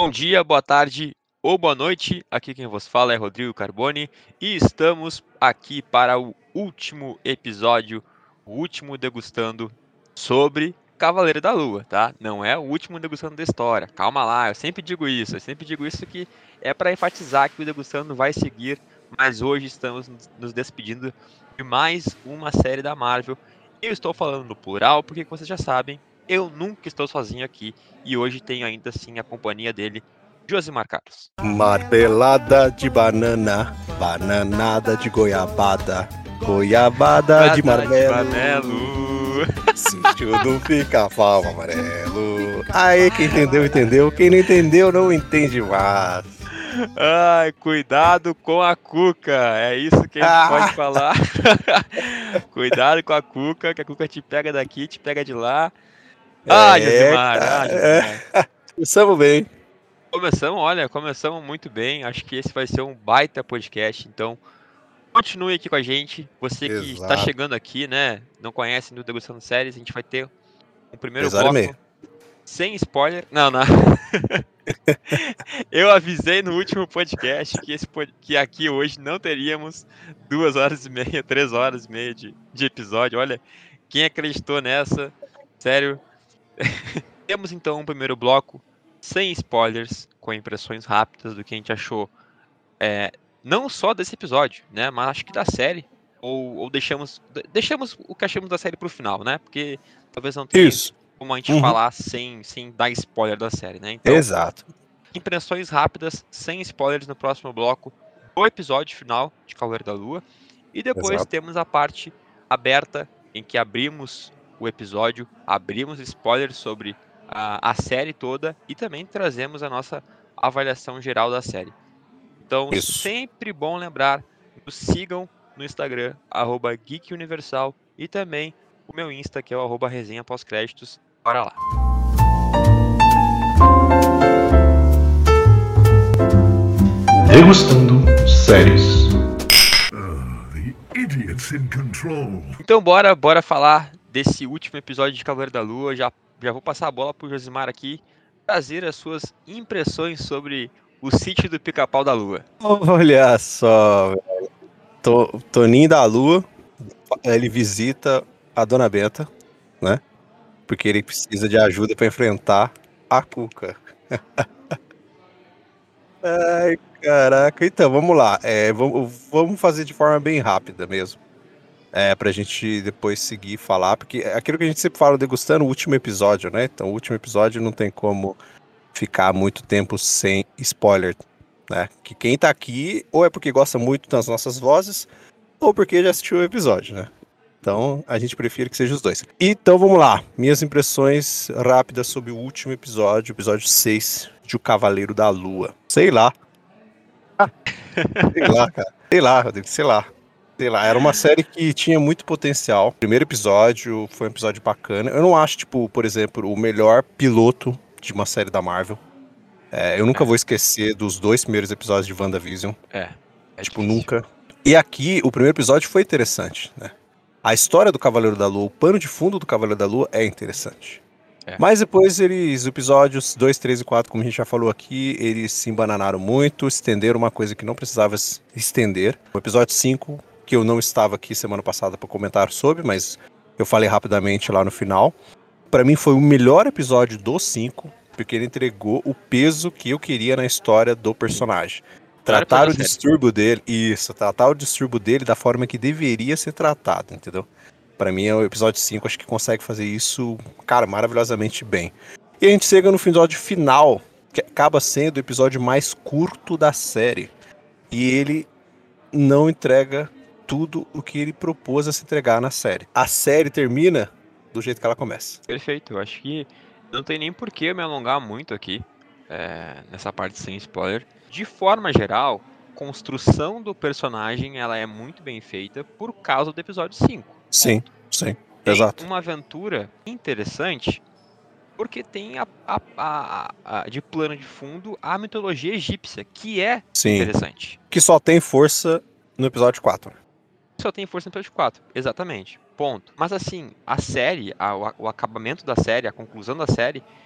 Bom dia, boa tarde ou boa noite. Aqui quem vos fala é Rodrigo Carboni e estamos aqui para o último episódio, o último degustando sobre Cavaleiro da Lua, tá? Não é o último degustando da história. Calma lá, eu sempre digo isso que é para enfatizar que o degustando vai seguir, mas hoje estamos nos despedindo de mais uma série da Marvel. Eu estou falando no plural porque vocês já sabem, eu nunca estou sozinho aqui. E hoje tenho ainda assim a companhia dele, Josimar Carlos. Marmelada de banana, bananada de goiabada, goiabada de marmelo. Se eu não fica pau amarelo. Aí, quem entendeu, entendeu. Quem não entendeu, não entende mais. Ai, cuidado com a cuca. É isso que a gente pode falar. Cuidado com a cuca, que a cuca te pega daqui, te pega de lá. Josimar, Josimar. Começamos bem. Começamos muito bem. Acho que esse vai ser um baita podcast, então continue aqui com a gente. Você que está chegando aqui, né, não conhece no Degustando Séries, a gente vai ter um primeiro bloco sem spoiler. Não. Eu avisei no último podcast que aqui hoje não teríamos 2 horas e meia, 3 horas e meia de episódio. Olha, quem acreditou nessa? Sério. Temos então um primeiro bloco sem spoilers, com impressões rápidas do que a gente achou, não só desse episódio, né, mas acho que da série, ou deixamos o que achamos da série pro final, né, porque talvez não tenha como a gente falar sem dar spoiler da série, né, então, exato. Impressões rápidas, sem spoilers no próximo bloco do episódio final de Cavaleiro da Lua, e depois temos a parte aberta, em que abrimos o episódio, abrimos spoilers sobre a série toda e também trazemos a nossa avaliação geral da série. Então, sempre bom lembrar, nos sigam no Instagram, @GeekUniversal, e também o meu Insta, que é o @resenha pós-créditos. Bora lá! Degustando séries. Então bora falar desse último episódio de Cavaleiro da Lua. Já vou passar a bola pro Josimar aqui, trazer as suas impressões sobre o sítio do Pica-Pau da Lua. Olha só, velho. Toninho da Lua, ele visita a Dona Benta, né? Porque ele precisa de ajuda para enfrentar a Cuca. Ai, caraca. Então, vamos lá. Vamos fazer de forma bem rápida mesmo. Pra gente depois seguir e falar, porque é aquilo que a gente sempre fala degustando o último episódio, né? Então, o último episódio não tem como ficar muito tempo sem spoiler, né? Que quem tá aqui, ou é porque gosta muito das nossas vozes, ou porque já assistiu o episódio, né? Então, a gente prefere que seja os dois. Então, vamos lá. Minhas impressões rápidas sobre o último episódio, episódio 6 de O Cavaleiro da Lua. Sei lá. Sei lá, cara. Sei lá, Rodrigo, sei lá. Era uma série que tinha muito potencial. O primeiro episódio foi um episódio bacana. Eu não acho, tipo, por exemplo, o melhor piloto de uma série da Marvel. Eu nunca vou esquecer dos 2 primeiros episódios de WandaVision. Tipo, nunca. E aqui, o primeiro episódio foi interessante, né? A história do Cavaleiro da Lua, o pano de fundo do Cavaleiro da Lua é interessante. Mas depois os episódios 2, 3 e 4, como a gente já falou aqui, eles se embananaram muito, estenderam uma coisa que não precisava estender. O episódio 5, que eu não estava aqui semana passada para comentar sobre, mas eu falei rapidamente lá no final. Para mim foi o melhor episódio dos 5, porque ele entregou o peso que eu queria na história do personagem. Tratar o distúrbio dele da forma que deveria ser tratado, entendeu? Pra mim, o episódio 5, acho que consegue fazer isso, cara, maravilhosamente bem. E a gente chega no episódio final, que acaba sendo o episódio mais curto da série. E ele não entrega tudo o que ele propôs a se entregar na série. A série termina do jeito que ela começa. Perfeito, eu acho que não tem nem por que eu me alongar muito aqui, nessa parte sem spoiler. De forma geral, a construção do personagem ela é muito bem feita por causa do episódio 5. Sim, tem exato. Uma aventura interessante, porque tem de plano de fundo a mitologia egípcia, que é interessante. Que só tem força no episódio 4. Só tem força no episódio 4, exatamente. Ponto. Mas assim, a série, o acabamento da série, a conclusão da série,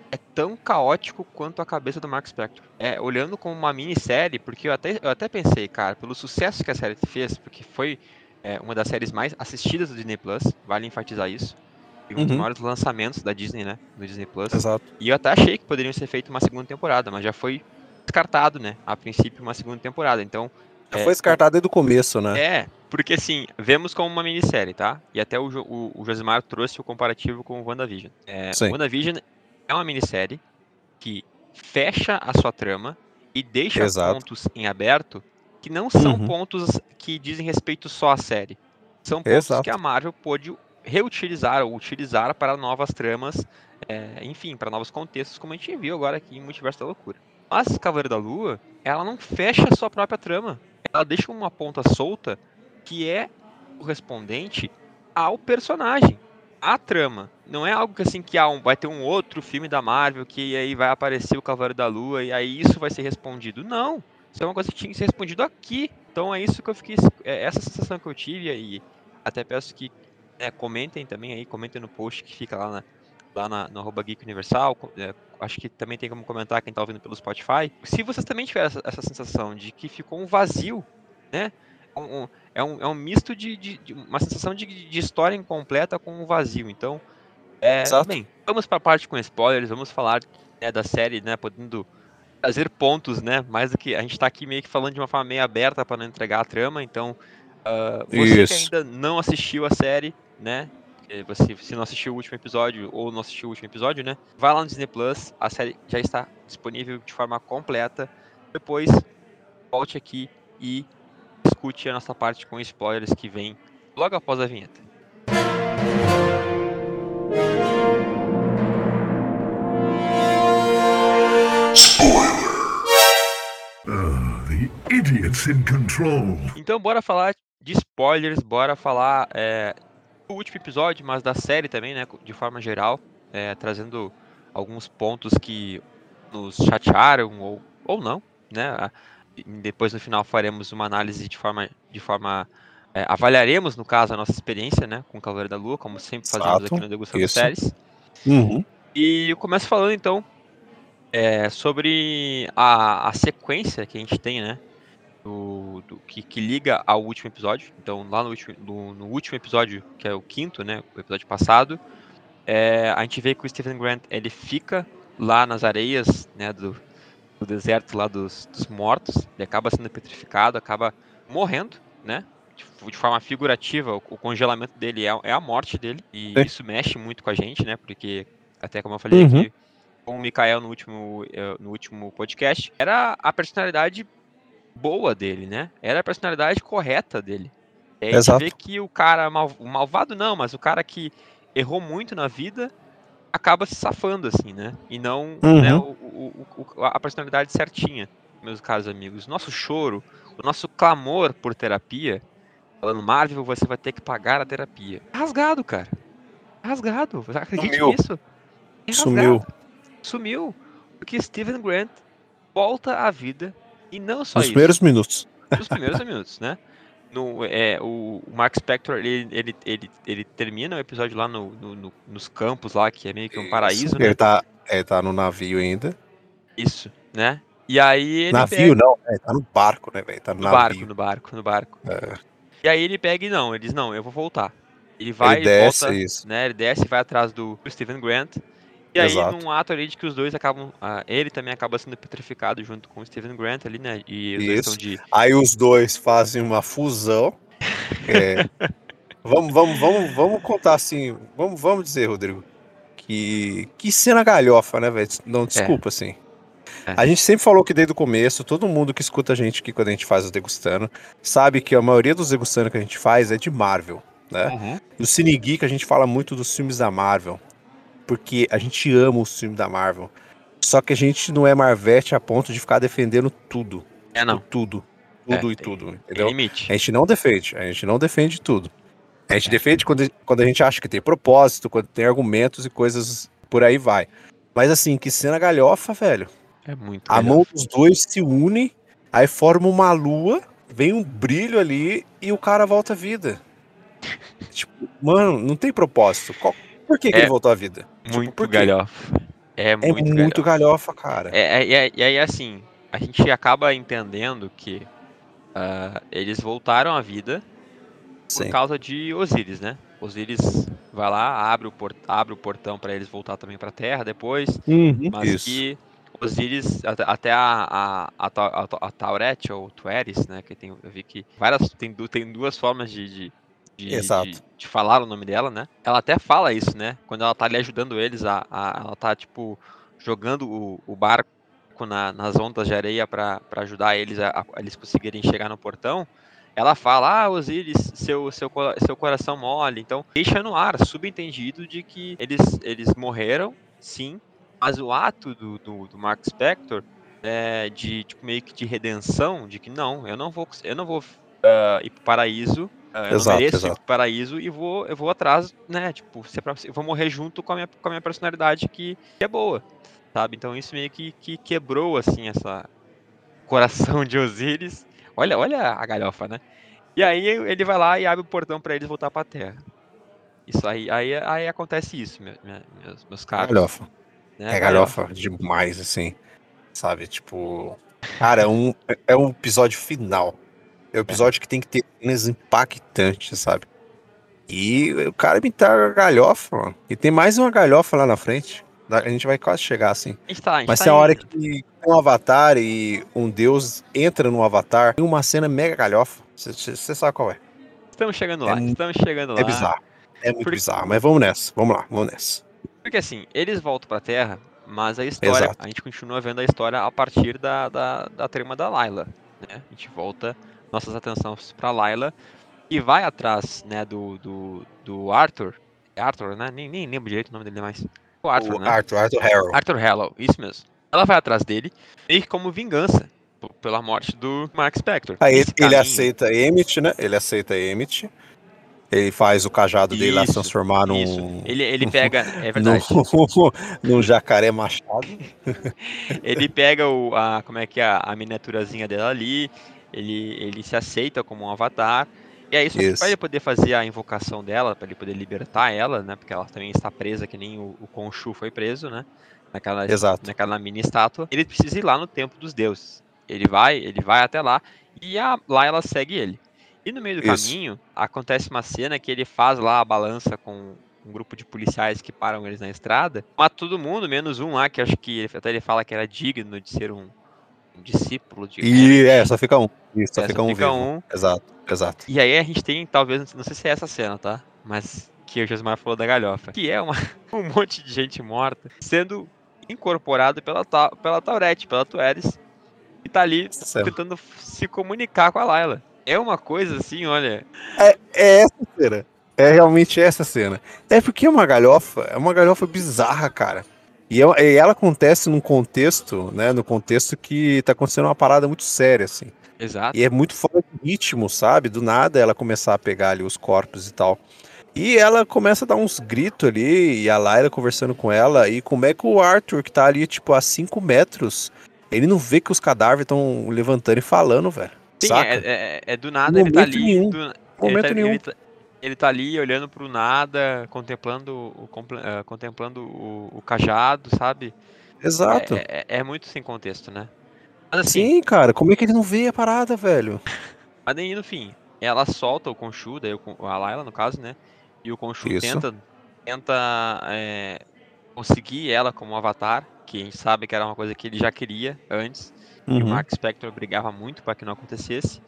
é tão caótico quanto a cabeça do Mark Spector. Olhando como uma minissérie, porque eu até pensei, cara, pelo sucesso que a série fez, porque foi uma das séries mais assistidas do Disney Plus, vale enfatizar isso, e um dos Uhum, maiores lançamentos da Disney, né, no Disney Plus. exato. E eu até achei que poderiam ser feito uma segunda temporada, mas já foi descartado, né, a princípio uma segunda temporada. Então, Já foi descartado desde o começo, né? porque assim, vemos como uma minissérie, tá? E até o Josimar trouxe o comparativo com o WandaVision. O Sim, WandaVision é uma minissérie que fecha a sua trama e deixa exato. pontos em aberto que não são Uhum, pontos que dizem respeito só à série. São pontos que a exato. Marvel pôde reutilizar ou utilizar para novas tramas, enfim, para novos contextos, como a gente viu agora aqui em Multiverso da Loucura. Mas Cavaleiro da Lua, ela não fecha a sua própria trama. Ela deixa uma ponta solta que é correspondente ao personagem, à trama. Não é algo que assim que vai ter um outro filme da Marvel que aí vai aparecer o Cavaleiro da Lua e aí isso vai ser respondido. Não, isso é uma coisa que tinha que ser respondido aqui. Então é isso que eu fiquei, essa sensação que eu tive e até peço que comentem também aí, comentem no post que fica no @Geek Universal. Acho que também tem como comentar quem está ouvindo pelo Spotify. Se vocês também tiverem essa sensação de que ficou um vazio, né? É um misto de uma sensação de história incompleta com um vazio. Então, Exato. bem, vamos para a parte com spoilers, vamos falar da série, né? Podendo trazer pontos, né? Mais do que a gente está aqui meio que falando de uma forma meio aberta para não entregar a trama. Então, você que Isso. ainda não assistiu a série, né? Você, se não assistiu o último episódio ou não assistiu o último episódio, né? Vai lá no Disney Plus, a série já está disponível de forma completa. Depois, volte aqui e escute a nossa parte com spoilers que vem logo após a vinheta. The idiot's in control. Então, bora falar de spoilers, bora falar do último episódio, mas da série também, né? De forma geral, trazendo alguns pontos que nos chatearam ou não, né? Depois no final faremos uma análise de forma avaliaremos, no caso, a nossa experiência, né, com o Cavaleiro da Lua, como sempre fazemos aqui Exato. no Degustando Isso. Séries. Uhum. E eu começo falando, então, sobre a sequência que a gente tem, né, que liga ao último episódio. Então, lá no último episódio, que é o quinto, né, o episódio passado, a gente vê que o Stephen Grant, ele fica lá nas areias, né, do deserto lá dos mortos, ele acaba sendo petrificado, acaba morrendo, né? De forma figurativa, o congelamento dele é a morte dele, e Sim. isso mexe muito com a gente, né? Porque, até como eu falei Uhum. aqui com o Mikael no último podcast, era a personalidade boa dele, né? Era a personalidade correta dele. E aí a gente vê Exato. que o cara, o malvado não, mas o cara que errou muito na vida, acaba se safando, assim, né? E não, né, Uhum. a personalidade certinha, meus caros amigos. Nosso choro, o nosso clamor por terapia, falando, Marvel, você vai ter que pagar a terapia. É rasgado, cara. É rasgado. Acredite Sumiu. nisso. É Sumiu. rasgado. Sumiu. Porque Stephen Grant volta à vida. E não só Nos isso. primeiros minutos. Nos primeiros minutos, né? O Mark Spector, ele termina o episódio lá nos campos lá, que é meio que um Isso. paraíso, Ele né? tá no navio ainda. Isso, né? E aí ele Navio pega não, tá no barco, né, velho? Tá no no barco, navio. no barco, no barco. É. E aí ele pega e não, ele diz, não, eu vou voltar. Ele Ele vai e desce, volta, isso. né? Ele desce e vai atrás do Stephen Grant. E aí, Exato. num ato ali de que os dois acabam. Ele também acaba sendo petrificado junto com o Stephen Grant ali, né? E os dois estão Isso. de. Aí os dois fazem uma fusão. É, vamos contar assim. Vamos dizer, Rodrigo. Que cena galhofa, né, velho? Não, É, desculpa, assim. é. A gente sempre falou que desde o começo, todo mundo que escuta a gente aqui quando a gente faz o Degustando, sabe que a maioria dos Degustando que a gente faz é de Marvel, né? Uhum. No Cine Geek a gente fala muito dos filmes da Marvel, porque a gente ama os filmes da Marvel. Só que a gente não é Marvete a ponto de ficar defendendo tudo. Tipo, Não. tudo. É, Tudo e tem, tudo, tem entendeu? limite. A gente não defende tudo. A gente É, defende quando a gente acha que tem propósito, quando tem argumentos e coisas por aí vai. Mas assim, que cena galhofa, velho. é muito A mão galhofa. dos dois se une, aí forma uma lua, vem um brilho ali e o cara volta à vida. Tipo, mano, não tem propósito. Por que ele É voltou à vida? Tipo, muito por quê? galhofa. É É muito muito galhofa. galhofa, cara. E aí, assim, a gente acaba entendendo que eles voltaram à vida por Sim. causa de Osíris, né? Osíris vai lá, abre o portão para eles voltar também para a Terra depois, mas Isso. que Osíris, até a Tauret, ou Tueris, né? Que eu vi que tem duas formas Exato. de falar o nome dela, né? Ela até fala isso, né? Quando ela tá ali ajudando eles, ela tá, tipo, jogando o barco nas ondas de areia para ajudar eles a eles conseguirem chegar no portão. Ela fala, Osíris, seu coração mole. Então, deixa no ar, subentendido de que eles morreram, sim, mas o ato do Mark Spector de tipo, meio que de redenção, de que não, eu não vou ir pro paraíso, eu não Exato, mereço ir exato. pro paraíso e eu vou atrás, né? Tipo, eu vou morrer junto com a minha personalidade que é boa, sabe? Então isso meio que quebrou, assim, essa coração de Osíris. Olha a galhofa, né? E aí ele vai lá e abre o portão pra eles voltar pra Terra. Isso aí acontece isso, meus caros. Galhofa. Né? É Galhofa. galhofa demais, assim. Sabe? Tipo. Cara, é um episódio final. É um episódio que tem que ter cenas impactantes, sabe? E o cara me tá galhofa, mano. E tem mais uma galhofa lá na frente. A gente vai quase chegar assim. A gente Mas tá tem a hora em. que um avatar e um deus entra no avatar. Tem uma cena mega galhofa. Você sabe qual é. Estamos chegando É, lá, estamos chegando é lá. bizarro. É muito Por- bizarro. Mas vamos nessa. Vamos lá, vamos nessa. Porque assim, eles voltam pra Terra, mas a história, Exato. a gente continua vendo a história a partir da trama da Layla, né? A gente volta nossas atenções pra Layla e vai atrás, né, do Arthur. É Arthur, né? Nem lembro direito o nome dele mais. O Arthur, O né? Arthur Harrow. Arthur Hallow, isso mesmo. Ela vai atrás dele, meio que como vingança pela morte do Mark Spector. Aí Nesse ele caminho. aceita Emmett, né? Ele aceita Emmett. Ele faz o cajado dele lá se Isso, transformar isso. num, Ele pega. É num, verdade. num jacaré machado. Ele pega como é que é, a miniaturazinha dela ali. Ele se aceita como um avatar. E aí, só que para ele Isso. poder fazer a invocação dela, para ele poder libertar ela, né? Porque ela também está presa, que nem o Khonshu foi preso, né? Exato. Naquela mini estátua. Ele precisa ir lá no templo dos deuses. Ele vai até lá e lá ela segue ele. E no meio do Isso. caminho, acontece uma cena que ele faz lá a balança com um grupo de policiais que param eles na estrada. Mata todo mundo, menos um lá, que acho que até ele fala que era digno de ser um discípulo de E Emmett. só fica um. Isso, só Só fica um fica vivo. um. Exato, exato. E aí a gente tem, talvez, não sei se é essa cena, tá? Mas que o Josmar falou da galhofa. Que é um monte de gente morta sendo incorporado pela Taurete, pela Tueris, que tá ali tentando se comunicar com a Layla. É uma coisa assim, olha. É essa cena. É realmente essa cena. É porque é uma galhofa bizarra, cara. E ela acontece num contexto, né? No contexto que tá acontecendo uma parada muito séria, assim. Exato. E é muito fora de ritmo, sabe? Do nada ela começar a pegar ali os corpos e tal. E ela começa a dar uns gritos ali, e a Layla conversando com ela, e como é que o Arthur, que tá ali, tipo, a 5 metros, ele não vê que os cadáveres estão levantando e falando, velho. Sim, Saca? do Em nada ele tá momento ali. nenhum. Momento nenhum. Ele tá ali olhando pro nada, contemplando o cajado, sabe? Exato. É muito sem contexto, né? Mas assim, Sim, cara, como é que ele não vê a parada, velho? mas daí no fim, ela solta o Khonshu, daí a Layla no caso, né? E o Khonshu Isso. tenta conseguir ela como avatar, que a gente sabe que era uma coisa que ele já queria antes. E o Uhum. Mark Spector brigava muito para que não acontecesse.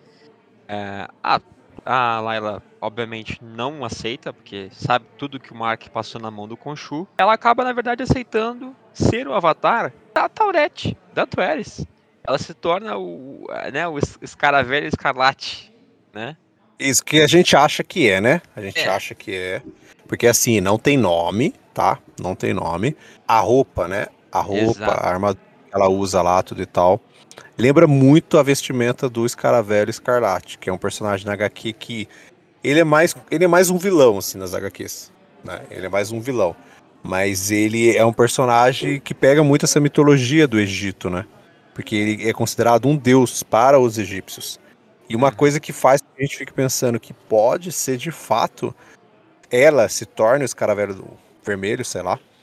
A Layla, obviamente, não aceita, porque sabe tudo que o Mark passou na mão do Khonshu. Ela acaba, na verdade, aceitando ser o avatar da Taurete, da Tueris. Ela se torna o Escaravelho Escarlate, né? Isso que a gente acha que é, né? A gente É. acha que é. Porque assim, não tem nome, tá? Não tem nome. A roupa, né? A roupa, Exato. a armadura que ela usa lá, tudo e tal. Lembra muito a vestimenta do Escaravelho Escarlate, que é um personagem na HQ que ele é mais um vilão, assim, nas HQs. Né? Ele é mais um vilão. Mas ele é um personagem que pega muito essa mitologia do Egito, né? Porque ele é considerado um deus para os egípcios. E uma coisa que faz que a gente fique pensando que pode ser de fato ela se torne o Escaravelho Vermelho, sei lá,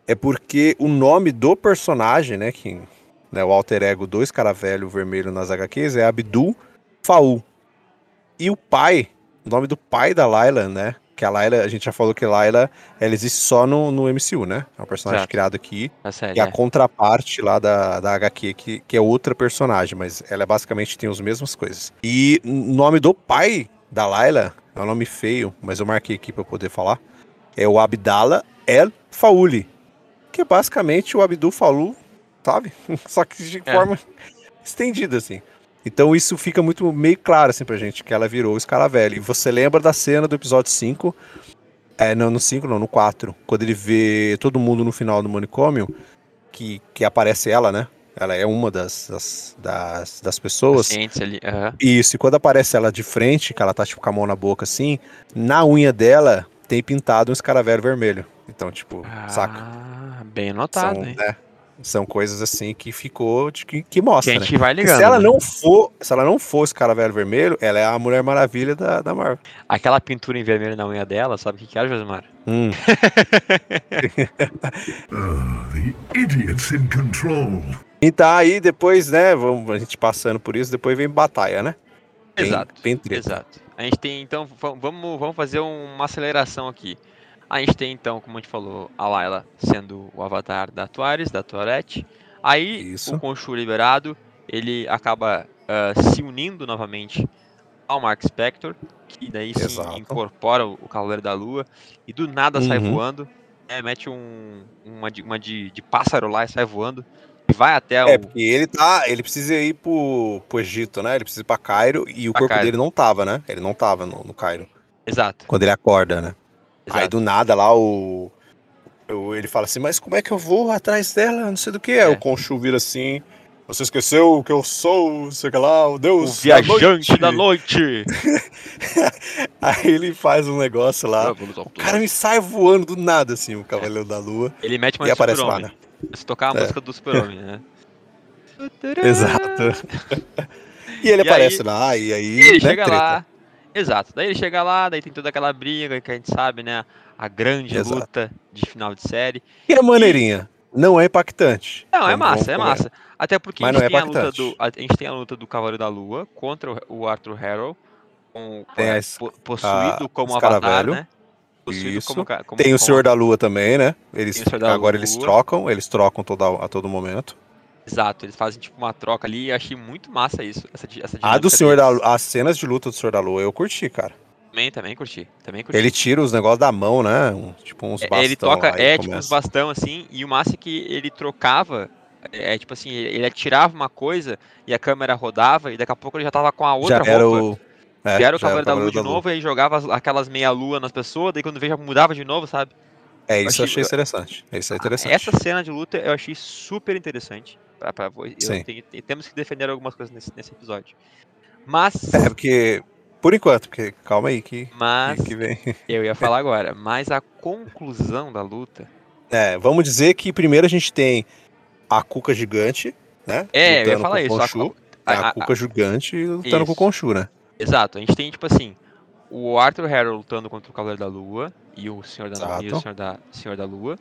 é porque o nome do personagem, né, que, né, o alter ego do Escaravelho Vermelho nas HQs é Abdul Faul. E o nome do pai da Layla, né, que a Layla, a gente já falou que a Layla, ela existe só no MCU, né, é um personagem criado aqui, série, e a contraparte lá da HQ, que é outra personagem, mas ela basicamente tem as mesmas coisas. E o nome do pai da Layla, é um nome feio, mas eu marquei aqui pra eu poder falar, é o Abdallah El Fauli, que é basicamente o Abdul Falu, sabe? Só que de forma estendida, assim. Então isso fica meio claro, assim, pra gente, que ela virou o Escaravelho. E você lembra da cena do episódio 5, não, no 5 não, no 4, quando ele vê todo mundo no final do manicômio, que aparece ela, né? Ela é uma das pessoas. Pacientes ali, Isso, e quando aparece ela de frente, que ela tá tipo com a mão na boca assim, na unha dela tem pintado um escaravelho vermelho. Então, tipo, saca? Bem notado, hein? Né, são coisas assim que ficou, que mostra, que a gente né? vai ligando, se ela né? não for escaravelho vermelho, ela é a Mulher Maravilha da Marvel. Aquela pintura em vermelho na unha dela, sabe o que é, Josemar? The idiot's in control. E tá aí depois, né, a gente passando por isso, depois vem batalha, né? Bem treta. Exato. A gente tem, então, vamos fazer uma aceleração aqui. A gente tem, então, como a gente falou, a Layla sendo o avatar da Tuares, da Tourette. Aí, Isso. o Khonshu liberado, ele acaba se unindo novamente ao Mark Spector, que daí sim incorpora o Cavaleiro da Lua, e do nada sai voando, mete uma de pássaro lá e sai voando, e vai até o... porque ele precisa ir pro Egito, né? Ele precisa ir pra Cairo, e o corpo dele não tava, né? Ele não tava no Cairo. Exato. Quando ele acorda, né? Exato. Aí do nada lá ele fala assim, mas como é que eu vou atrás dela? Não sei do que. Aí o Khonshu vira assim, você esqueceu que eu sou, sei lá, o Deus, o viajante da noite. Aí ele faz um negócio lá, o cara me sai voando do nada, assim, o Cavaleiro da Lua. Ele mete uma e aparece lá, né? Se tocar a música do Super-Homem, né? Exato. E ele aparece lá, e aí ele chega lá. Exato, daí ele chega lá, daí tem toda aquela briga que a gente sabe, né? A grande luta de final de série. E é maneirinha, não é impactante. Não, é massa. Até porque a gente tem a luta do Cavaleiro da Lua contra o Arthur Harrow, possuído como avatar, né? Isso. Tem o Senhor da Lua também, né? Agora eles trocam a todo momento. Exato, eles fazem tipo uma troca ali e achei muito massa isso. Essa as cenas de luta do Senhor da Lua eu curti, cara. Também curti. Ele tira os negócios da mão, né? Tipo uns bastão. Ele toca, tipo uns bastão assim, e o massa é que ele trocava, tipo assim, ele atirava uma coisa e a câmera rodava e daqui a pouco ele já tava com a outra roupa. Já era o Cavaleiro da Lua de novo, e aí jogava aquelas meia-lua nas pessoas, daí quando veio já mudava de novo, sabe? Isso eu achei interessante. Isso é interessante. Essa cena de luta eu achei super interessante. Temos que defender algumas coisas nesse episódio. Mas... porque... Por enquanto, porque calma aí que vem. Eu ia falar agora, mas a conclusão da luta... vamos dizer que primeiro a gente tem a Cuca gigante, né? Eu ia falar isso. A Cuca gigante lutando com o Khonshu, né? Exato, a gente tem tipo assim, o Arthur Harrow lutando contra o Cavaleiro da Lua e o Senhor da Lua.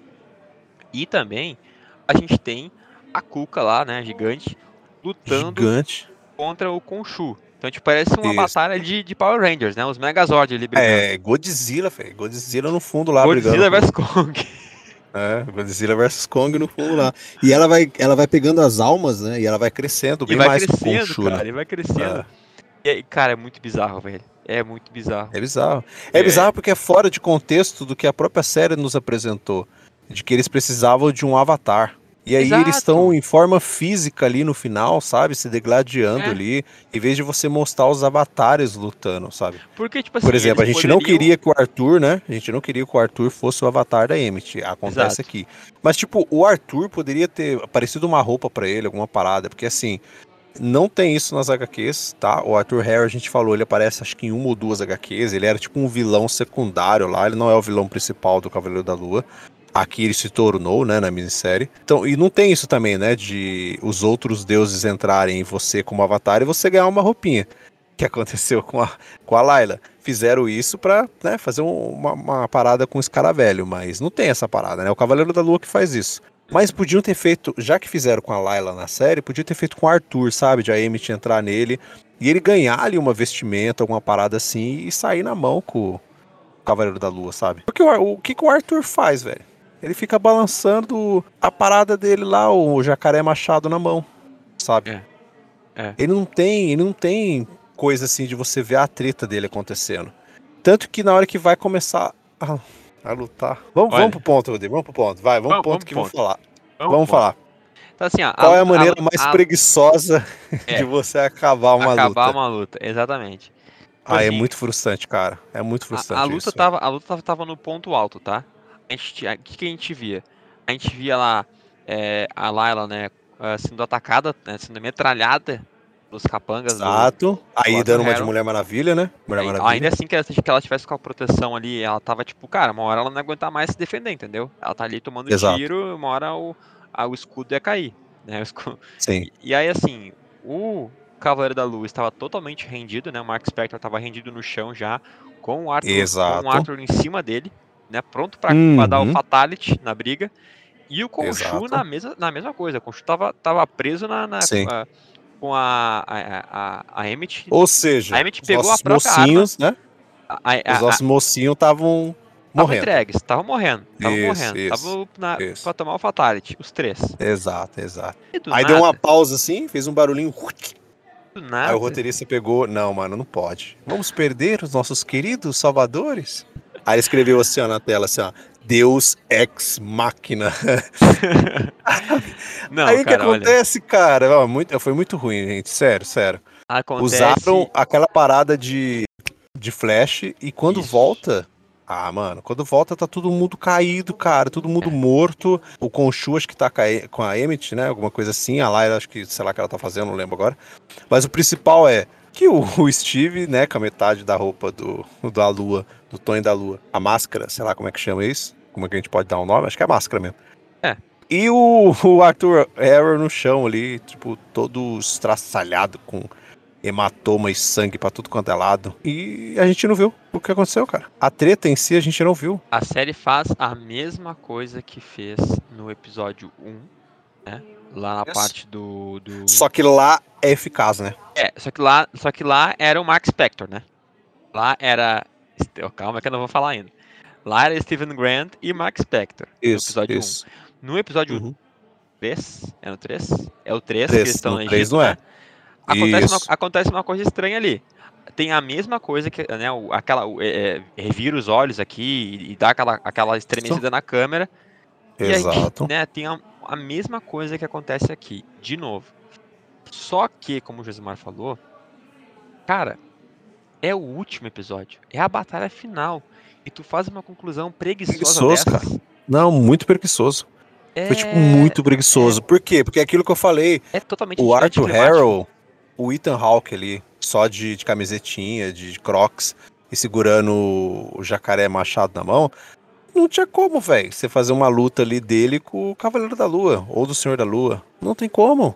E também a gente tem a Cuca lá, né, gigante, lutando contra o Khonshu. Então, tipo, parece uma batalha de Power Rangers, né? Os Megazord ali brigando. Godzilla, velho. Godzilla no fundo lá Godzilla brigando. vs Kong. Godzilla vs Kong no fundo lá. E ela vai pegando as almas, né? E ela vai crescendo bem mais que o Khonshu, cara, né? E vai crescendo. E, cara, é muito bizarro, velho. É muito bizarro. É bizarro. É bizarro porque é fora de contexto do que a própria série nos apresentou. De que eles precisavam de um avatar. E aí eles estão em forma física ali no final, sabe? Se degladiando ali, em vez de você mostrar os avatares lutando, sabe? Porque, tipo assim, por exemplo, a gente não queria que o Arthur, né? A gente não queria que o Arthur fosse o avatar da Emmett. Acontece aqui. Mas, tipo, o Arthur poderia ter aparecido uma roupa pra ele, alguma parada. Porque, assim, não tem isso nas HQs, tá? O Arthur Harrow, a gente falou, ele aparece acho que em uma ou duas HQs. Ele era tipo um vilão secundário lá. Ele não é o vilão principal do Cavaleiro da Lua. Aqui ele se tornou, né, na minissérie. Então, e não tem isso também, né, de os outros deuses entrarem em você como avatar e você ganhar uma roupinha. que aconteceu com a Layla. Fizeram isso pra, né, fazer uma parada com o Escaravelho, mas não tem essa parada, né? O Cavaleiro da Lua que faz isso. Mas podiam ter feito, já que fizeram com a Layla na série, podiam ter feito com o Arthur, sabe? De a Emmett entrar nele e ele ganhar ali uma vestimenta, alguma parada assim, e sair na mão com o Cavaleiro da Lua, sabe? Porque o que o Arthur faz, velho? Ele fica balançando a parada dele lá, o jacaré machado na mão, sabe? Ele não tem coisa assim de você ver a treta dele acontecendo. Tanto que na hora que vai começar a lutar... Vamos pro ponto, Rodrigo, vamos pro ponto. Vai, vamos pro ponto que vamos falar. Vamos falar. Então, assim, qual é a maneira mais preguiçosa de você acabar uma luta? Acabar uma luta, exatamente. Tipo é assim, muito frustrante, cara. É muito frustrante a luta isso. A luta tava no ponto alto, tá? O que a gente via? A gente via lá a Layla, né, sendo atacada, né, sendo metralhada pelos capangas. Exato. Aí dando uma de Mulher Maravilha, né? Maravilha. Ainda assim que ela tivesse com a proteção ali, ela tava tipo, cara, uma hora ela não ia aguentar mais se defender, entendeu? Ela tá ali tomando tiro, uma hora o escudo ia cair, né? Sim. E aí, assim, o Cavaleiro da Lua estava totalmente rendido, né? O Mark Spector estava rendido no chão já, com o Arthur em cima dele, né? Pronto pra dar o Fatality na briga. E o Khonshu na mesma coisa. O Khonshu tava preso com a Emmett. Ou seja, a Emmett pegou a própria mocinhos, arma. Né? Os nossos mocinhos estavam morrendo. Estavam morrendo. Estavam pra tomar o Fatality, os 3. Exato. Aí deu uma pausa assim, fez um barulhinho. Nada. Aí o roteirista pegou, não, mano, não pode. Vamos perder os nossos queridos salvadores? Aí ele escreveu assim, ó, na tela, assim, ó, Deus Ex Machina. Não, aí o que acontece, olha... cara? Foi muito ruim, gente, sério. Usaram aquela parada de flash e quando volta... mano, quando volta tá todo mundo caído, cara, todo mundo morto. O Khonshu acho que tá com a Emmett, né, alguma coisa assim. A Layla acho que, sei lá o que ela tá fazendo, não lembro agora. Mas o principal é que o Steve, né, com a metade da roupa da Lua, do Tony da Lua, a máscara, sei lá como é que chama isso, como é que a gente pode dar um nome, acho que é a máscara mesmo. E o Arthur Harrow no chão ali, tipo, todo estraçalhado com hematoma e sangue pra tudo quanto é lado. E a gente não viu o que aconteceu, cara. A treta em si a gente não viu. A série faz a mesma coisa que fez no episódio 1, né? Lá na parte do... Só que lá é eficaz, né? Só que lá era o Mark Spector, né? Lá era... Calma que eu não vou falar ainda. Lá era Steven Grant e Mark Spector. No episódio 1. No episódio 3? É no 3? É o 3 que eles estão no Egito, não é? né? Acontece uma coisa estranha ali. Tem a mesma coisa que, né, revira os olhos aqui e dá aquela estremecida na câmera. Exato. E aí, né, tem a mesma coisa que acontece aqui, de novo. Só que, como o Josimar falou, cara, é o último episódio, é a batalha final. E tu faz uma conclusão preguiçosa dessas. Cara. Não, muito preguiçoso. Foi tipo muito preguiçoso. Por quê? Porque é aquilo que eu falei. É totalmente o Arthur Harrow, o Ethan Hawke ali, só de camisetinha, de crocs, e segurando o jacaré machado na mão, não tinha como, velho, você fazer uma luta ali dele com o Cavaleiro da Lua, ou do Senhor da Lua. Não tem como.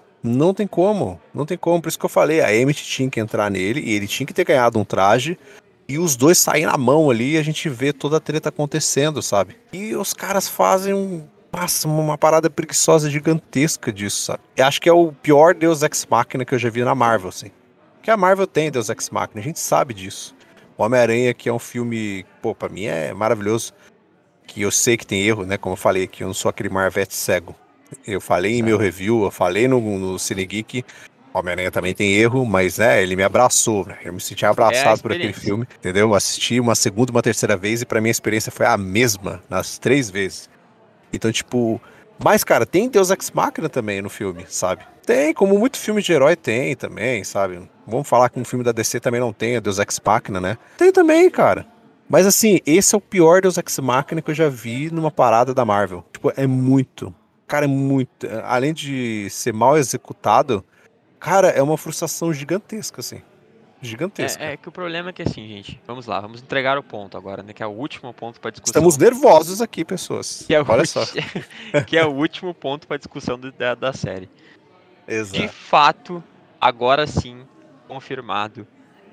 Por isso que eu falei, a Emmett tinha que entrar nele, e ele tinha que ter ganhado um traje, e os dois saem na mão ali, e a gente vê toda a treta acontecendo, sabe? E os caras fazem uma parada preguiçosa gigantesca disso, sabe? Eu acho que é o pior Deus Ex Machina que eu já vi na Marvel, assim. Porque a Marvel tem Deus Ex Machina, a gente sabe disso. O Homem-Aranha, que é um filme, pô, pra mim é maravilhoso. Que eu sei que tem erro, né? Como eu falei aqui, eu não sou aquele Marvete cego. Eu falei em meu review, eu falei no Cine Geek. Homem-Aranha também tem erro, mas ele me abraçou, né? Eu me senti abraçado por aquele filme, entendeu? Eu assisti uma segunda e uma terceira vez e pra mim a experiência foi a mesma nas 3 vezes. Então, tipo... Mas, cara, tem Deus Ex Machina também no filme, sabe? Tem, como muito filme de herói tem também, sabe? Vamos falar que um filme da DC também não tem, Deus Ex Machina, né? Tem também, cara. Mas, assim, esse é o pior Deus Ex Machina que eu já vi numa parada da Marvel. Tipo, é muito. Cara, é muito. Além de ser mal executado, cara, é uma frustração gigantesca, assim. Gigantesca. É que o problema é que, assim, gente, vamos lá, vamos entregar o ponto agora, né? Que é o último ponto para discussão. Estamos nervosos aqui, pessoas. Olha só. Que é o último ponto para discussão da série. Exato. De fato, agora sim, confirmado,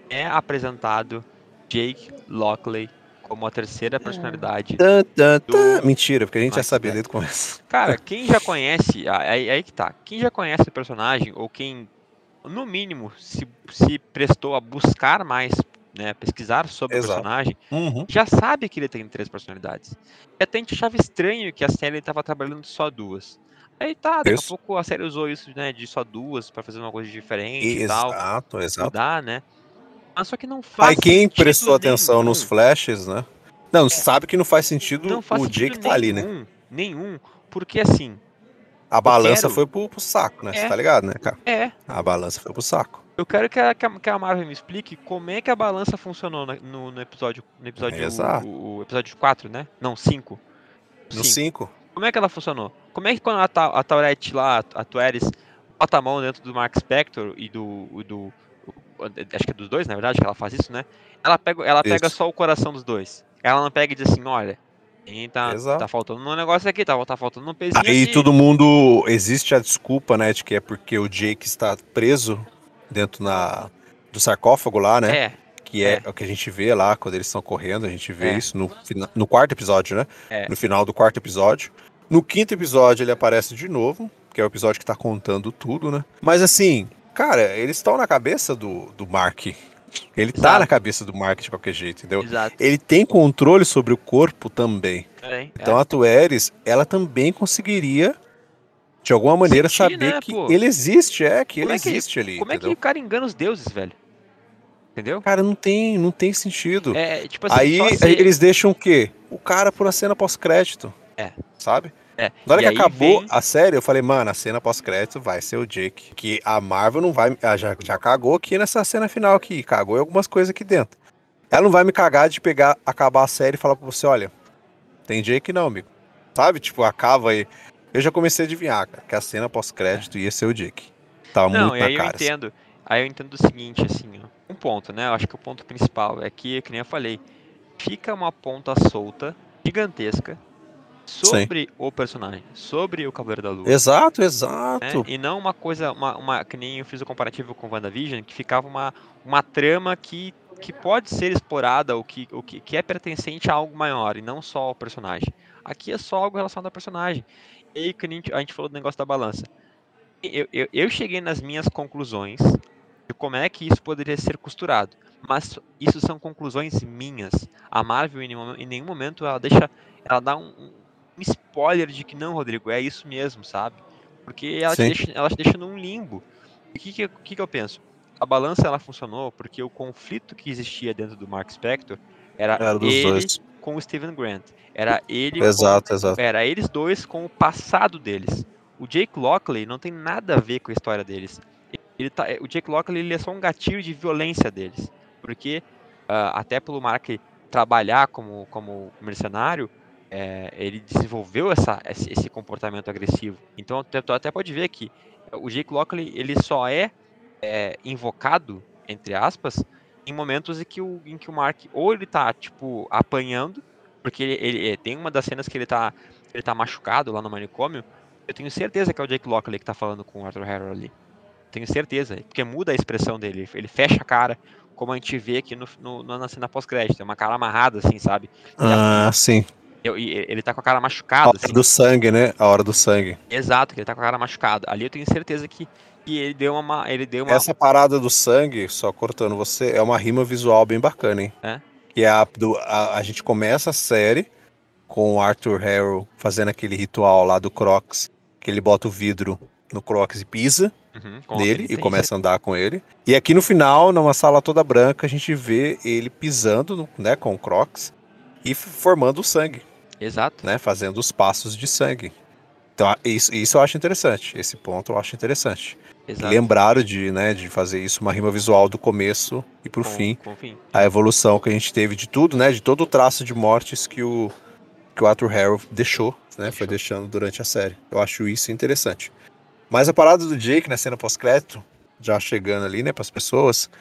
é apresentado Jake Lockley como a terceira personalidade do Mentira, porque a gente já Max sabia Black. desde o começo. Cara, quem já conhece, aí que tá, quem já conhece o personagem, ou quem, no mínimo, se prestou a buscar mais, né, pesquisar sobre o Exato. personagem, Uhum. já sabe que ele tem 3 personalidades. E até a gente achava estranho que a série estava trabalhando só 2. Aí tá, daqui a Isso. pouco a série usou isso, né, de só 2 pra fazer uma coisa diferente e tal, Exato. mudar, né? Mas só que não Aí faz quem sentido prestou atenção nos nenhum. flashes, né? Não, sabe que não faz sentido Não faz o sentido Jake tá ali, né? nenhum, porque assim, A eu balança quero, foi pro saco, né? Você é, tá ligado, né, cara? é, A balança foi pro saco. eu quero que a Marvel me explique como é que a balança funcionou no episódio, Exato. o episódio 4, né? Não, 5. No 5. 5. Como é que ela funcionou? Como é que quando a Tourette lá, a Tueris, bota a mão dentro do Mark Spector e acho que é dos dois, na verdade, que ela faz isso, né? Ela pega Isso. só o coração dos dois. Ela não pega e diz assim, olha, tá Exato. faltando um negócio aqui, tá faltando um pezinho Aí aqui. todo mundo. Existe a desculpa, né? De que é porque o Jake está preso dentro do sarcófago lá, né? É, Que é é, o que a gente vê lá quando eles estão correndo. A gente vê é, isso no quarto episódio, né? é. No final do quarto episódio. No quinto episódio ele aparece de novo, que é o episódio que tá contando tudo, né? Mas assim, cara, eles estão na cabeça do Mark. Ele tá na Exato, cabeça do Mark de qualquer jeito, entendeu? exato. Ele tem controle sobre o corpo também. Então É. a Tueris, ela também conseguiria, de alguma maneira, Sentir, saber né, que pô? ele existe, que ele Como é que, existe ali, como é que entendeu? o cara engana os deuses, velho? Entendeu? Cara, não tem sentido. É, tipo assim, só Aí ser. eles deixam o quê? O cara por a cena pós-crédito, É, sabe? é. Na hora E que aí acabou vem. a série, eu falei, mano, a cena pós-crédito vai ser o Jake. Que a Marvel não vai. Já cagou aqui nessa cena final aqui. Cagou em algumas coisas aqui dentro. Ela não vai me cagar de acabar a série e falar pra você, olha, tem Jake não, amigo. Sabe? Tipo, acaba aí. Eu já comecei a adivinhar, cara, que a cena pós-crédito ia ser o Jake. Tava Não, muito e na aí eu cara, assim. entendo. Aí eu entendo o seguinte, assim, ó. Um ponto, né? Eu acho que o ponto principal é que nem eu falei, fica uma ponta solta, gigantesca, Sim. sobre o personagem, sobre o Cavaleiro da Lua. Exato, Né? exato. E não uma coisa, que nem eu fiz o comparativo com WandaVision, que ficava uma trama que pode ser explorada, ou que é pertencente a algo maior, e não só ao personagem. Aqui é só algo relacionado ao personagem. E aí, que nem a gente falou do negócio da balança. Eu cheguei nas minhas conclusões de como é que isso poderia ser costurado. Mas isso são conclusões minhas. A Marvel, em nenhum momento, ela dá um spoiler de que não, Rodrigo, é isso mesmo, sabe? Porque Sim. ela te deixa num limbo. E o que eu penso? A balança ela funcionou porque o conflito que existia dentro do Mark Spector era Era dos ele dois. com o Steven Grant. Era ele com. Exato, exato. Era eles dois com o passado deles. O Jake Lockley não tem nada a ver com a história deles. O Jake Lockley ele é só um gatilho de violência deles. Porque, até pelo Mark trabalhar como mercenário, ele desenvolveu esse comportamento agressivo. Então, tu até pode ver que o Jake Lockley ele só é invocado, entre aspas, em momentos em que o Mark ou ele tá, tipo, apanhando, porque ele tem uma das cenas que ele tá machucado lá no manicômio. Eu tenho certeza que é o Jake Lockley que tá falando com o Arthur Harrow ali. Tenho certeza, porque muda a expressão dele. Ele fecha a cara, como a gente vê aqui na cena pós-crédito. É uma cara amarrada, assim, sabe? Sim. Ele tá com a cara A machucada, hora assim. do sangue, né? A hora do sangue. Exato, que ele tá com a cara machucada. Ali eu tenho certeza que ele deu uma. Essa parada do sangue, só cortando você, é uma rima visual bem bacana, hein? É? Que é a gente começa a série com o Arthur Harrow fazendo aquele ritual lá do Crocs, que ele bota o vidro no Crocs e pisa Com a nele e penitência. começa a andar com ele. E aqui no final, numa sala toda branca, a gente vê ele pisando, né, com o Crocs e formando o sangue, Exato. né, fazendo os passos de sangue. Então, isso eu acho interessante. Esse ponto eu acho interessante. Exato. Lembraram de fazer isso, uma rima visual do começo e pro fim. Com o fim. A evolução que a gente teve de tudo, né? De todo o traço de mortes que o Arthur Harrow deixou, né? Foi deixando durante a série. Eu acho isso interessante. Mas a parada do Jake na cena pós-crédito, já chegando ali, né, pras pessoas,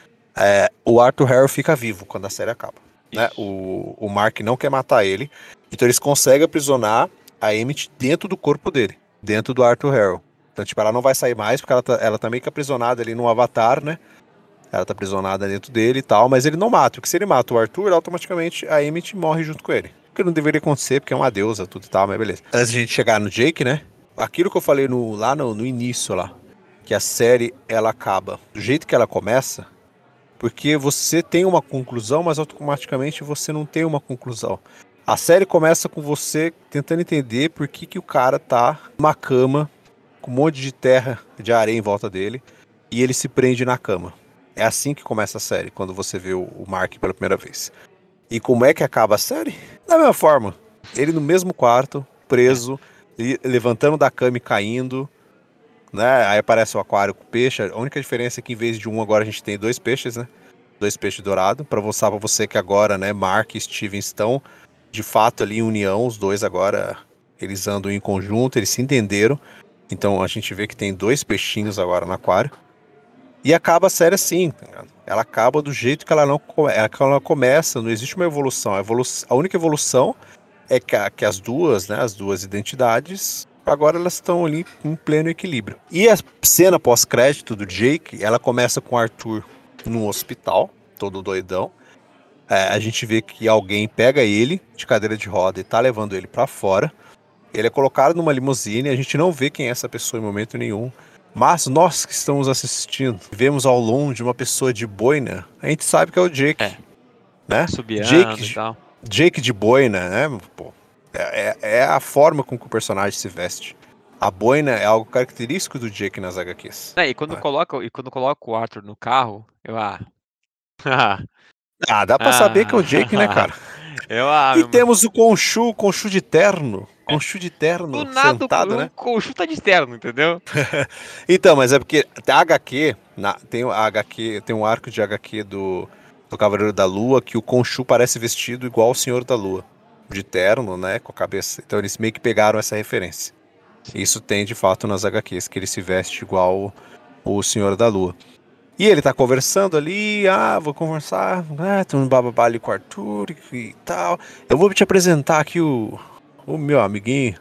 o Arthur Harrow fica vivo quando a série acaba. Né? O Mark não quer matar ele, então eles conseguem aprisionar a Emmett dentro do corpo dele, dentro do Arthur Harrow. Então, tipo, ela não vai sair mais, porque ela tá meio que aprisionada ali num avatar, né? Ela tá aprisionada dentro dele e tal, mas ele não mata. Porque se ele mata o Arthur, automaticamente a Emmett morre junto com ele. O que não deveria acontecer, porque é uma deusa, tudo e tal, mas beleza. Antes de a gente chegar no Jake, né? Aquilo que eu falei lá no início lá, que a série, ela acaba do jeito que ela começa, porque você tem uma conclusão, mas automaticamente você não tem uma conclusão. A série começa com você tentando entender por que o cara tá numa cama, com um monte de terra, de areia em volta dele, e ele se prende na cama. É assim que começa a série, quando você vê o Mark pela primeira vez. E como é que acaba a série? Da mesma forma. Ele no mesmo quarto, preso, levantando da cama e caindo, né? Aí aparece o aquário com peixe. A única diferença é que em vez de um, agora a gente tem 2 peixes, né? 2 peixes dourados. Pra mostrar pra você que agora, né, Mark e Steven estão de fato ali em união. Os dois agora, eles andam em conjunto, eles se entenderam. Então a gente vê que tem 2 peixinhos agora no aquário. E acaba a série assim, tá ligado? Ela acaba do jeito que ela não começa, não existe uma evolução. A única evolução é que as duas, né, as duas identidades, agora elas estão ali em pleno equilíbrio. E a cena pós-crédito do Jake, ela começa com o Arthur num hospital, todo doidão. A gente vê que alguém pega ele de cadeira de roda e tá levando ele pra fora. Ele é colocado numa limusine, a gente não vê quem é essa pessoa em momento nenhum. Mas nós que estamos assistindo, vemos ao longe uma pessoa de boina, a gente sabe que é o Jake, né? Subiando e tal. Jake de boina, né? Pô, é a forma com que o personagem se veste. A boina é algo característico do Jake nas HQs. E quando coloca o Arthur no carro, Dá pra saber que é o Jake, né, cara? E temos o Khonshu de terno. Khonshu de terno, do nada sentado, né? O Khonshu tá de terno, entendeu? Então, mas é porque a HQ, tem um arco de HQ do Cavaleiro da Lua que o Khonshu parece vestido igual o Senhor da Lua. De terno, né, com a cabeça. Então eles meio que pegaram essa referência. Isso tem, de fato, nas HQs, que ele se veste igual o Senhor da Lua. E ele tá conversando ali, vou conversar, tô no bababá ali com o Arthur e tal. Eu vou te apresentar aqui o meu amiguinho.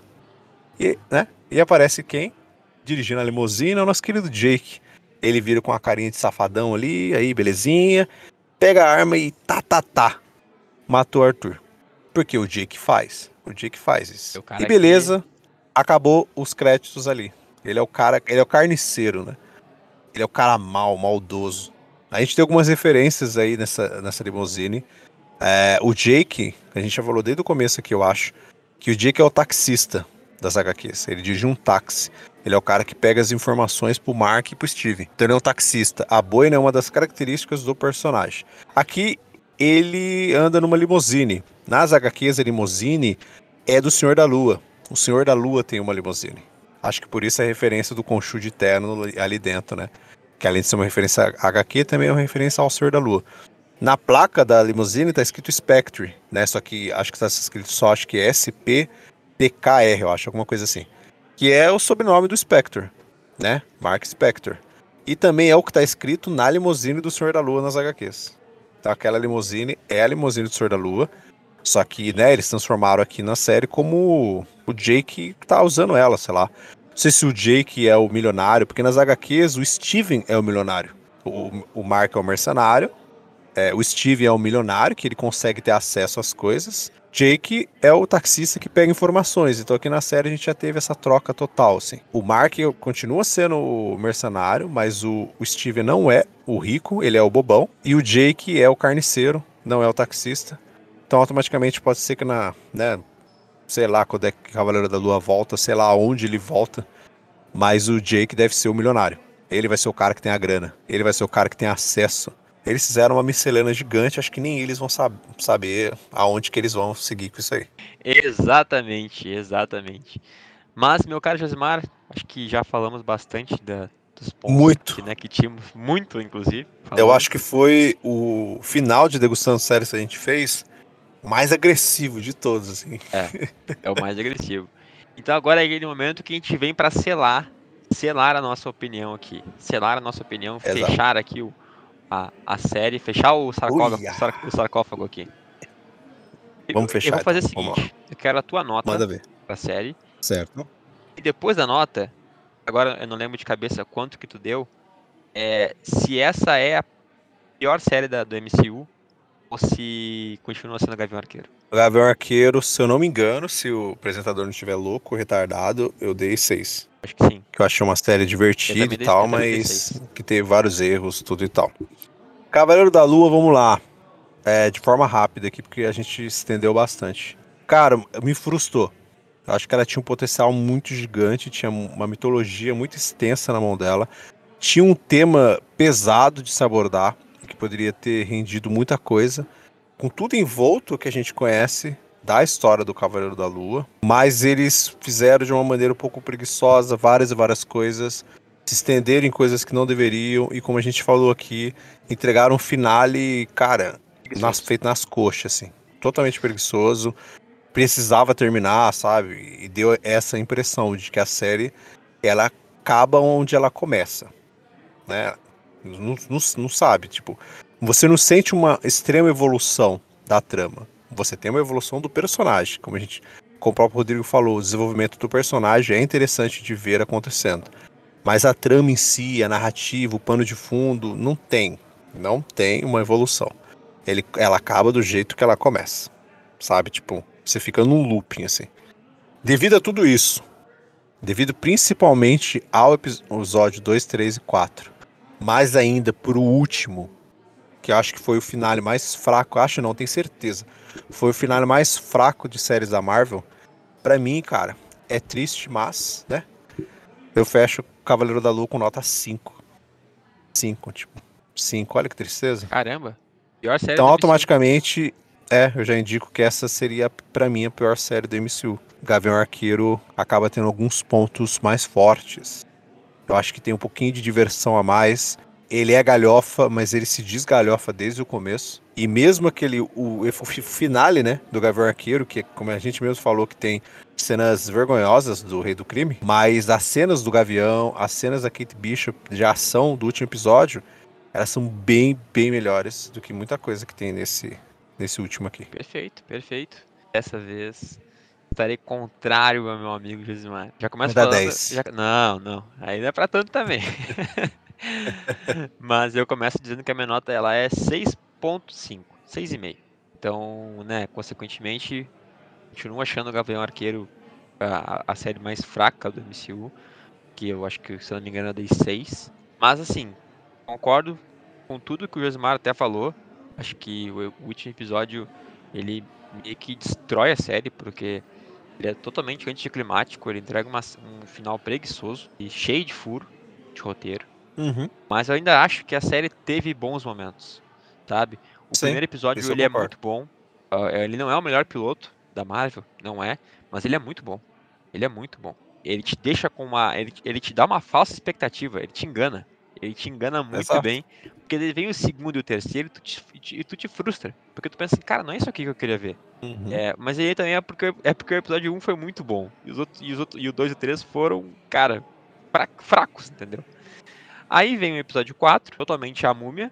E aparece quem? Dirigindo a limusine, é o nosso querido Jake. Ele vira com uma carinha de safadão ali, aí belezinha. Pega a arma e matou o Arthur. Porque o Jake faz. O Jake faz isso. E beleza, acabou os créditos ali. Ele é o carniceiro, né? Ele é o cara maldoso. A gente tem algumas referências aí nessa limusine. O Jake, a gente já falou desde o começo aqui, eu acho, que o Jake é o taxista das HQs. Ele dirige um táxi. Ele é o cara que pega as informações pro Mark e pro Steven. Então ele é um taxista. A boina é uma das características do personagem. Aqui ele anda numa limusine. Nas HQs a limusine é do Senhor da Lua. O Senhor da Lua tem uma limusine. Acho que por isso é a referência do Khonshu de terno ali dentro, né? Que além de ser uma referência a HQ, também é uma referência ao Senhor da Lua. Na placa da limusine tá escrito Spectre, né? Só que acho que tá escrito só, acho que é SPTKR, eu acho, alguma coisa assim. Que é o sobrenome do Spectre, né? Mark Spector. E também é o que tá escrito na limusine do Senhor da Lua nas HQs. Então aquela limusine é a limusine do Senhor da Lua. Só que, né, eles transformaram aqui na série como o Jake tá usando ela, sei lá. Não sei se o Jake é o milionário, porque nas HQs o Steven é o milionário. O Mark é o mercenário. O Steven é o milionário, que ele consegue ter acesso às coisas. Jake é o taxista que pega informações. Então aqui na série a gente já teve essa troca total, assim. O Mark continua sendo o mercenário, mas o Steven não é o rico, ele é o bobão. E o Jake é o carniceiro, não é o taxista. Então automaticamente pode ser que sei lá quando é que o Cavaleiro da Lua volta, sei lá onde ele volta. Mas o Jake deve ser o milionário. Ele vai ser o cara que tem a grana. Ele vai ser o cara que tem acesso. Eles fizeram uma miscelânea gigante, acho que nem eles vão saber aonde que eles vão seguir com isso aí. Exatamente. Mas, meu caro Josimar, acho que já falamos bastante dos pontos muito. Que tínhamos, muito inclusive. Eu acho que foi o final de Degustando Séries que a gente fez mais agressivo de todos, assim. É o mais agressivo. Então agora é aquele momento que a gente vem para selar a nossa opinião aqui. Selar a nossa opinião, Exato. Fechar aqui a série, fechar o sarcófago aqui. Vamos fechar. Eu vou fazer o seguinte, eu quero a tua nota pra série. Certo. E depois da nota, agora eu não lembro de cabeça quanto que tu deu, se essa é pior série do MCU ou se continua sendo Gavião Arqueiro? O Gavião Arqueiro, se eu não me engano, se o apresentador não estiver louco ou retardado, eu dei 6. Acho que sim. Que eu achei uma série divertida e tal, eu também dei mas 6. que teve vários erros, tudo e tal. Cavaleiro da Lua, vamos lá. De forma rápida aqui, porque a gente estendeu bastante. Cara, me frustrou. Eu acho que ela tinha um potencial muito gigante, tinha uma mitologia muito extensa na mão dela. Tinha um tema pesado de se abordar, que poderia ter rendido muita coisa. Com tudo envolto que a gente conhece da história do Cavaleiro da Lua. Mas eles fizeram de uma maneira um pouco preguiçosa várias e várias coisas. Se estenderam em coisas que não deveriam. E como a gente falou aqui, entregaram um finale, cara, feito nas coxas, assim. Totalmente preguiçoso. Precisava terminar, sabe? E deu essa impressão de que a série, ela acaba onde ela começa, né? Não sabe, tipo, você não sente uma extrema evolução da trama. Você tem uma evolução do personagem, como como o próprio Rodrigo falou, o desenvolvimento do personagem é interessante de ver acontecendo. Mas a trama em si, a narrativa, o pano de fundo, não tem uma evolução. Ela acaba do jeito que ela começa, sabe? Tipo, você fica num looping, assim. Devido a tudo isso, devido principalmente ao episódio 2, 3 e 4, mais ainda pro último, que eu acho que foi o finale mais fraco, acho não, tenho certeza, foi o finale mais fraco de séries da Marvel, pra mim, cara, é triste, mas, né, eu fecho Cavaleiro da Lua com nota 5. 5, tipo, 5, olha que tristeza. Caramba, pior série Então, do MCU. automaticamente, eu já indico que essa seria, pra mim, a pior série do MCU. Gavião Arqueiro acaba tendo alguns pontos mais fortes. Eu acho que tem um pouquinho de diversão a mais. Ele é galhofa, mas ele se desgalhofa desde o começo. E mesmo o finale, né, do Gavião Arqueiro, que como a gente mesmo falou, que tem cenas vergonhosas do Rei do Crime, mas as cenas do Gavião, as cenas da Kate Bishop de ação do último episódio, elas são bem, bem melhores do que muita coisa que tem nesse último aqui. Perfeito, perfeito. Dessa vez estarei contrário ao meu amigo Josimar. Já começo Vai dar falando. 10. Não. Aí não é pra tanto também. Mas eu começo dizendo que a minha nota ela é 6.5, 6,5. Então, né, consequentemente, continuo achando o Gavião Arqueiro a série mais fraca do MCU. Que eu acho que, se eu não me engano, eu dei 6. Mas assim, concordo com tudo que o Josimar até falou. Acho que o último episódio ele meio que destrói a série, porque ele é totalmente anticlimático, ele entrega um final preguiçoso e cheio de furo de roteiro. Uhum. Mas eu ainda acho que a série teve bons momentos, sabe? O Sim, primeiro episódio isso eu ele é concordo. muito bom. Ele não é o melhor piloto da Marvel, não é, mas ele é muito bom. Ele é muito bom. Ele te deixa com ele te dá uma falsa expectativa, ele te engana. Ele te engana muito Exato. bem, porque ele vem o segundo e o terceiro e tu te frustra. Porque tu pensa assim, cara, não é isso aqui que eu queria ver. Uhum. Mas aí também é porque o episódio 1 foi muito bom. E o 2 e o 3 foram, cara, fracos, entendeu? Aí vem o episódio 4, totalmente a múmia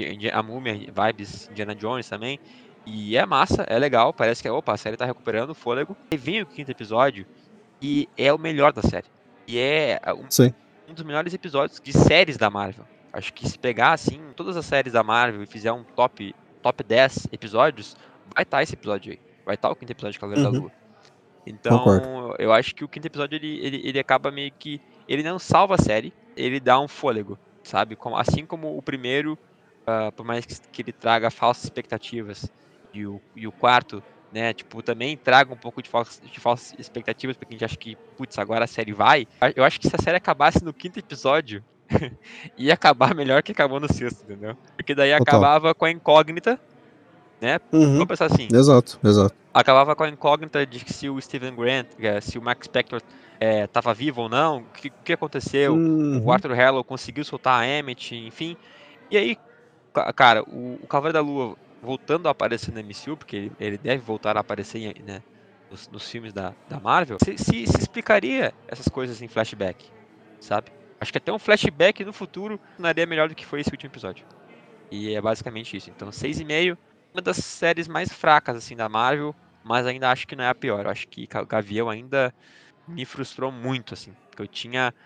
vibes Indiana Jones também. E é massa, é legal, parece que a série tá recuperando o fôlego. Aí vem o quinto episódio e é o melhor da série. E é Sim. um dos melhores episódios de séries da Marvel. Acho que se pegar, assim, todas as séries da Marvel e fizer um top 10 episódios, vai estar esse episódio aí. Vai estar o quinto episódio de Cavaleiro da Uhum. Lua. Concordo. Então, eu acho que o quinto episódio, ele acaba meio que... Ele não salva a série, ele dá um fôlego, sabe? Assim como o primeiro, por mais que ele traga falsas expectativas, e o quarto, né, tipo, também traga um pouco de falsas expectativas, porque a gente acha que, putz, agora a série vai. Eu acho que se a série acabasse no quinto episódio, ia acabar melhor que acabou no sexto, entendeu? Porque daí Total. acabava com a incógnita, né? Uhum. Vamos pensar assim, Exato. acabava com a incógnita de que se o Steven Grant, se o Max Spector estava vivo ou não, o que aconteceu, o Uhum. Arthur Harrow conseguiu soltar a Emmett, enfim. E aí, cara, o Cavaleiro da Lua voltando a aparecer no MCU, porque ele deve voltar a aparecer, né, nos filmes da Marvel, se explicaria essas coisas em flashback, sabe? Acho que até um flashback no futuro funcionaria melhor do que foi esse último episódio. E é basicamente isso. Então, 6,5, uma das séries mais fracas assim da Marvel, mas ainda acho que não é a pior. Eu acho que Gavião ainda me frustrou muito, assim. Porque eu tinha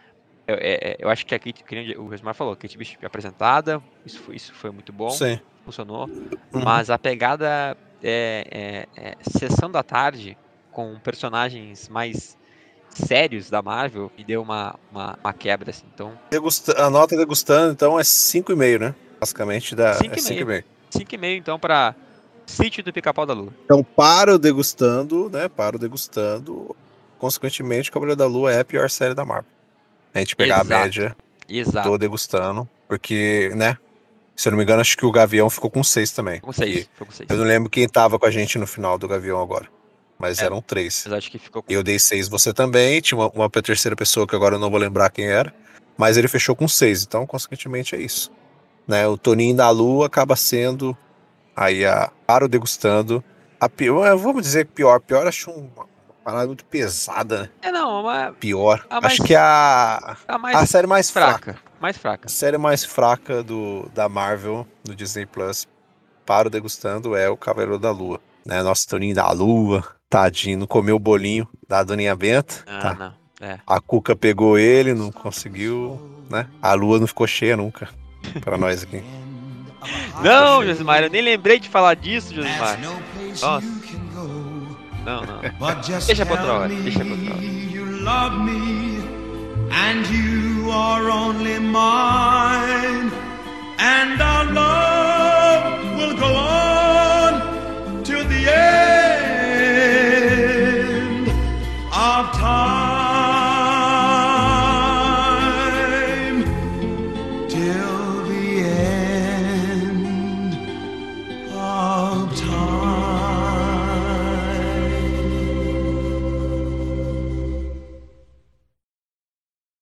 Eu acho que a Kate, que o Josimar falou, Kate Bishop apresentada, isso foi muito bom, Sim. funcionou, mas a pegada sessão da tarde com personagens mais sérios da Marvel me deu uma quebra, assim, então... A nota degustando, então, é 5,5, né? Basicamente, 5,5. 5,5, então, pra Sítio do Pica-Pau da Lua. Então, para o degustando, né? Consequentemente, Cavaleiro da Lua é a pior série da Marvel. A gente pegar a média do degustando, porque, né? Se eu não me engano, acho que o Gavião ficou com 6 também. Ficou com 6. Eu não lembro quem tava com a gente no final do Gavião agora. Mas eram 3. Mas acho que ficou com... Eu dei 6, você também. Tinha uma terceira pessoa que agora eu não vou lembrar quem era. Mas ele fechou com 6. Então, consequentemente, é isso. Né? O Toninho da Lua acaba sendo aí para o degustando a pior. Vamos dizer pior. Pior, acho uma parada muito pesada, né? Pior. Acho que a série mais fraca. A série mais fraca da Marvel, do Disney Plus, para o degustando é o Cavaleiro da Lua. Né? Nosso Toninho da Lua, tadinho, não comeu o bolinho da Doninha Benta. Não. A Cuca pegou ele, não conseguiu, né? A lua não ficou cheia nunca. Pra nós aqui. Não, Josimar, eu nem lembrei de falar disso, Josimar. Nossa. Não. Deixa pra outra hora. And you are only mine.